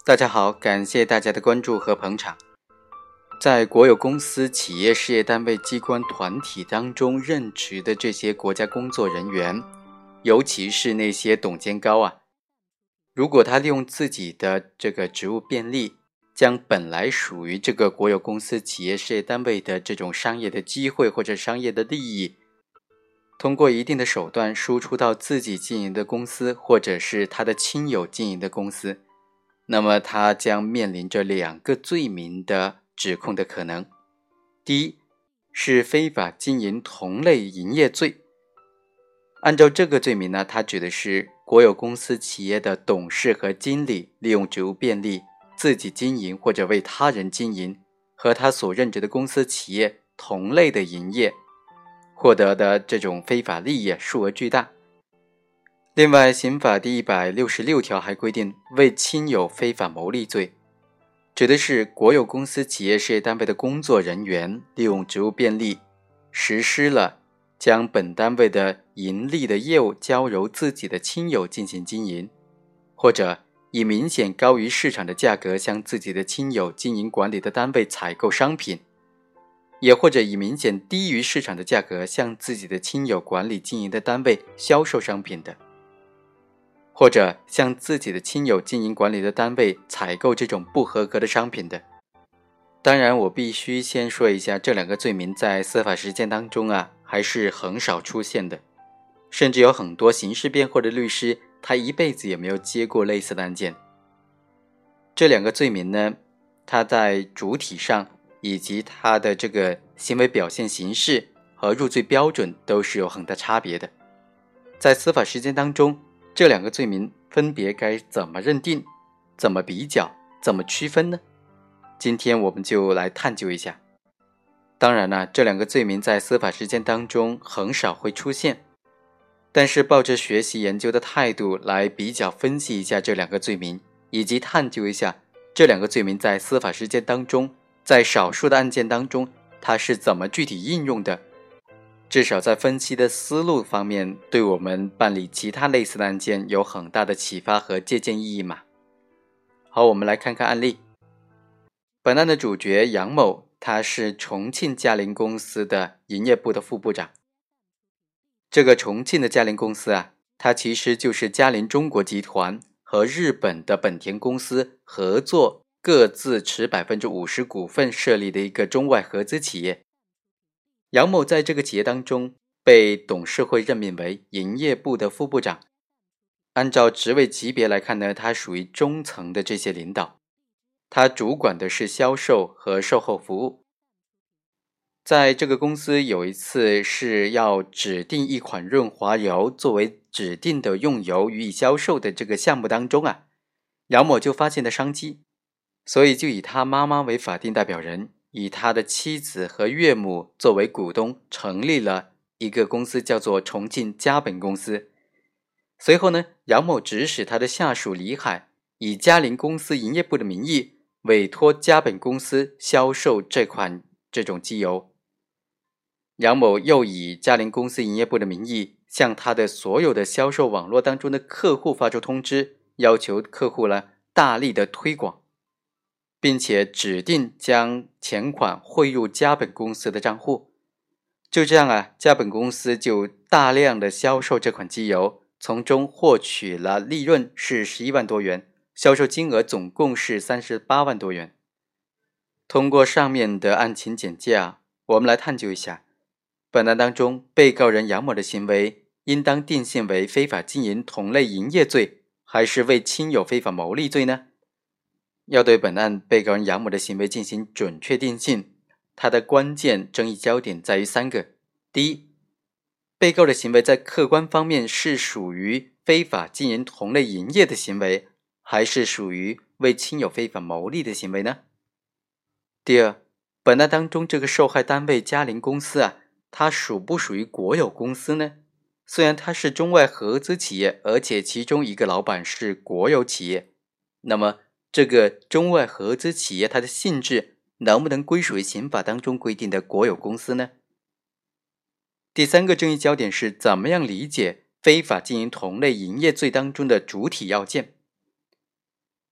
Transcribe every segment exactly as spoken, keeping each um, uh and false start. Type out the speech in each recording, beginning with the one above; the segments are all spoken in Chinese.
大家好，感谢大家的关注和捧场。在国有公司、企业、事业单位、机关、团体当中任职的这些国家工作人员，尤其是那些董监高啊，如果他利用自己的这个职务便利，将本来属于这个国有公司、企业、事业单位的这种商业的机会或者商业的利益，通过一定的手段输出到自己经营的公司，或者是他的亲友经营的公司，那么他将面临着两个罪名的指控的可能。第一是非法经营同类营业罪。按照这个罪名呢，它指的是国有公司企业的董事和经理利用职务便利，自己经营或者为他人经营和他所任职的公司企业同类的营业，获得的这种非法利益数额巨大。另外，刑法第一百六十六条还规定为亲友非法牟利罪，指的是国有公司、企业、事业单位的工作人员利用职务便利，实施了将本单位的盈利的业务交由自己的亲友进行经营，或者以明显高于市场的价格向自己的亲友经营管理的单位采购商品，也或者以明显低于市场的价格向自己的亲友管理经营的单位销售商品的，或者向自己的亲友经营管理的单位采购这种不合格的商品的。当然，我必须先说一下，这两个罪名在司法实践当中啊，还是很少出现的，甚至有很多刑事辩护的律师，他一辈子也没有接过类似的案件。这两个罪名呢，它在主体上以及它的这个行为表现形式和入罪标准都是有很大差别的。在司法实践当中，这两个罪名分别该怎么认定、怎么比较、怎么区分呢？今天我们就来探究一下。当然了，这两个罪名在司法实践当中很少会出现，但是抱着学习研究的态度来比较分析一下这两个罪名，以及探究一下这两个罪名在司法实践当中，在少数的案件当中它是怎么具体应用的，至少在分析的思路方面，对我们办理其他类似的案件有很大的启发和借鉴意义嘛。好，我们来看看案例。本案的主角杨某，他是重庆嘉陵公司的营业部的副部长。这个重庆的嘉陵公司啊，它其实就是嘉陵中国集团和日本的本田公司合作，各自持 百分之五十 股份设立的一个中外合资企业。杨某在这个企业当中被董事会任命为营业部的副部长。按照职位级别来看呢，他属于中层的这些领导，他主管的是销售和售后服务。在这个公司有一次是要指定一款润滑油作为指定的用油予以销售的这个项目当中啊，杨某就发现了商机，所以就以他妈妈为法定代表人，以他的妻子和岳母作为股东，成立了一个公司，叫做重庆嘉本公司。随后呢，杨某指使他的下属李海以嘉陵公司营业部的名义委托嘉本公司销售这款这种机油。杨某又以嘉陵公司营业部的名义向他的所有的销售网络当中的客户发出通知，要求客户呢大力的推广，并且指定将钱款汇入嘉本公司的账户。就这样啊，嘉本公司就大量的销售这款机油，从中获取了利润是十一万多元，销售金额总共是三十八万多元。通过上面的案情简介啊，我们来探究一下，本案当中被告人杨某的行为应当定性为非法经营同类营业罪，还是为亲友非法牟利罪呢？要对本案被告人杨某的行为进行准确定性，它的关键争议焦点在于三个。第一，被告的行为在客观方面是属于非法经营同类营业的行为，还是属于为亲友非法牟利的行为呢？第二，本案当中这个受害单位嘉陵公司啊，它属不属于国有公司呢？虽然它是中外合资企业，而且其中一个老板是国有企业，那么这个中外合资企业它的性质能不能归属于刑法当中规定的国有公司呢？第三个争议焦点是怎么样理解非法经营同类营业罪当中的主体要件。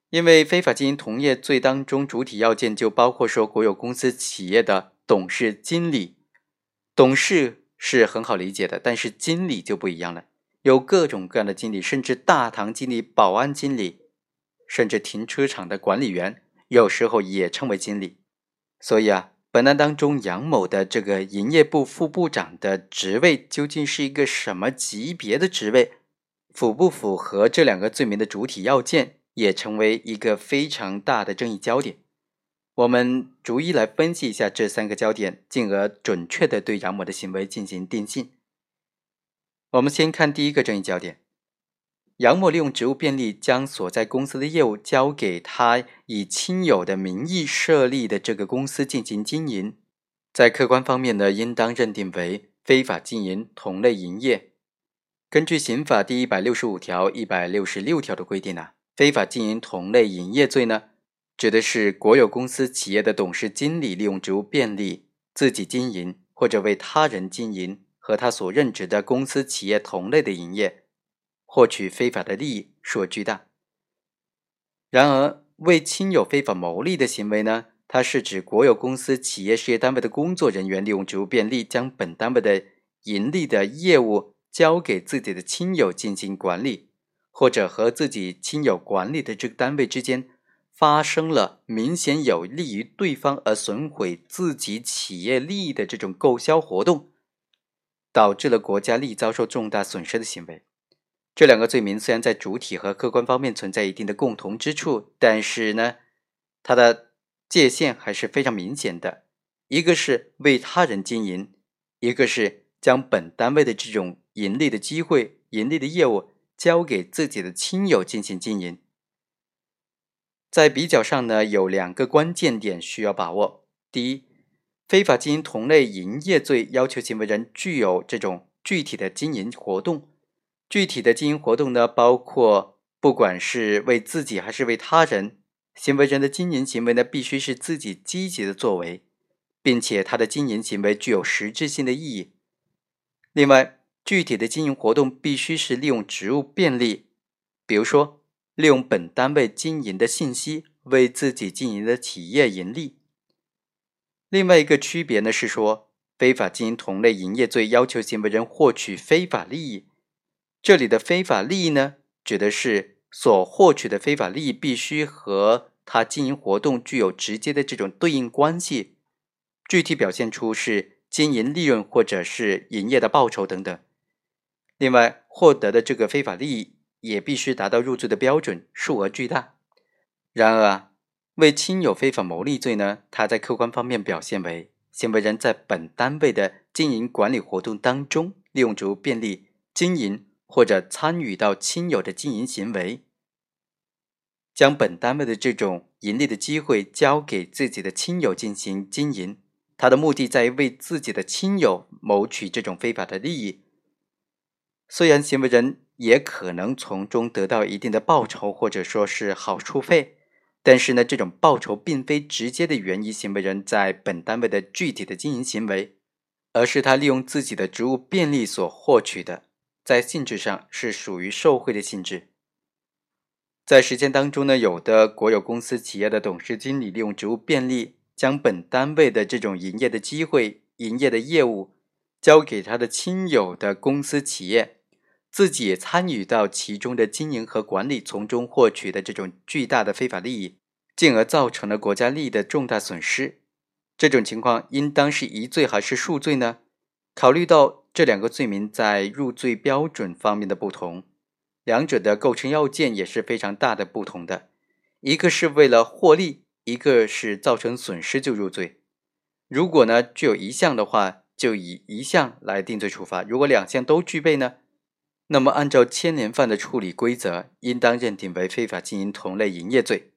因为非法经营同业罪当中主体要件就包括说国有公司企业的董事、经理。董事是很好理解的，但是经理就不一样了，有各种各样的经理，甚至大堂经理、保安经理，甚至停车场的管理员，有时候也称为经理。所以啊，本案当中杨某的这个营业部副部长的职位究竟是一个什么级别的职位，符不符合这两个罪名的主体要件，也成为一个非常大的争议焦点。我们逐一来分析一下这三个焦点，进而准确地对杨某的行为进行定性。我们先看第一个争议焦点，杨某利用职务便利将所在公司的业务交给他以亲友的名义设立的这个公司进行经营，在客观方面呢，应当认定为非法经营同类营业。根据刑法第一百六十五条、一百六十六条的规定啊，非法经营同类营业罪呢，指的是国有公司企业的董事、经理利用职务便利自己经营或者为他人经营和他所任职的公司企业同类的营业，获取非法的利益，数额巨大。然而，为亲友非法牟利的行为呢，它是指国有公司企业事业单位的工作人员利用职务便利，将本单位的盈利的业务交给自己的亲友进行管理，或者和自己亲友管理的这个单位之间发生了明显有利于对方而损毁自己企业利益的这种购销活动，导致了国家利益遭受重大损失的行为。这两个罪名虽然在主体和客观方面存在一定的共同之处，但是呢，它的界限还是非常明显的。一个是为他人经营，一个是将本单位的这种盈利的机会、盈利的业务交给自己的亲友进行经营。在比较上呢，有两个关键点需要把握。第一，非法经营同类营业罪要求行为人具有这种具体的经营活动。具体的经营活动呢，包括不管是为自己还是为他人，行为人的经营行为呢，必须是自己积极的作为，并且他的经营行为具有实质性的意义。另外，具体的经营活动必须是利用职务便利，比如说利用本单位经营的信息为自己经营的企业盈利。另外一个区别呢是说，非法经营同类营业罪要求行为人获取非法利益。这里的非法利益呢，指的是所获取的非法利益必须和他经营活动具有直接的这种对应关系，具体表现出是经营利润或者是营业的报酬等等。另外，获得的这个非法利益也必须达到入罪的标准，数额巨大。然而啊，为亲友非法牟利罪呢，它在客观方面表现为行为人在本单位的经营管理活动当中，利用职务便利经营或者参与到亲友的经营行为，将本单位的这种盈利的机会交给自己的亲友进行经营，他的目的在于为自己的亲友谋取这种非法的利益。虽然行为人也可能从中得到一定的报酬或者说是好处费，但是呢，这种报酬并非直接的源于行为人在本单位的具体的经营行为，而是他利用自己的职务便利所获取的，在性质上是属于受贿的性质。在实践当中呢，有的国有公司企业的董事经理利用职务便利，将本单位的这种营业的机会、营业的业务交给他的亲友的公司企业，自己也参与到其中的经营和管理，从中获取的这种巨大的非法利益，进而造成了国家利益的重大损失。这种情况应当是一罪还是数罪呢？考虑到这两个罪名在入罪标准方面的不同，两者的构成要件也是非常大的不同的。一个是为了获利，一个是造成损失就入罪。如果呢具有一项的话，就以一项来定罪处罚；如果两项都具备呢，那么按照牵连犯的处理规则，应当认定为非法经营同类营业罪。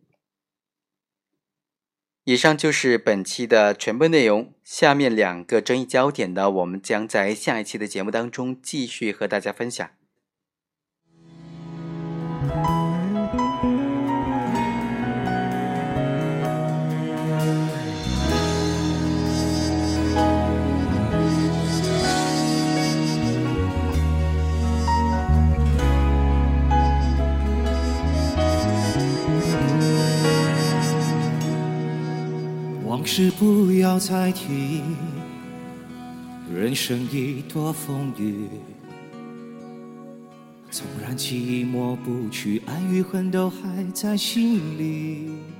以上就是本期的全部内容，下面两个争议焦点呢，我们将在下一期的节目当中继续和大家分享。 往事不要再提，人生已多风雨，纵然寂寞不去，爱与恨都还在心里。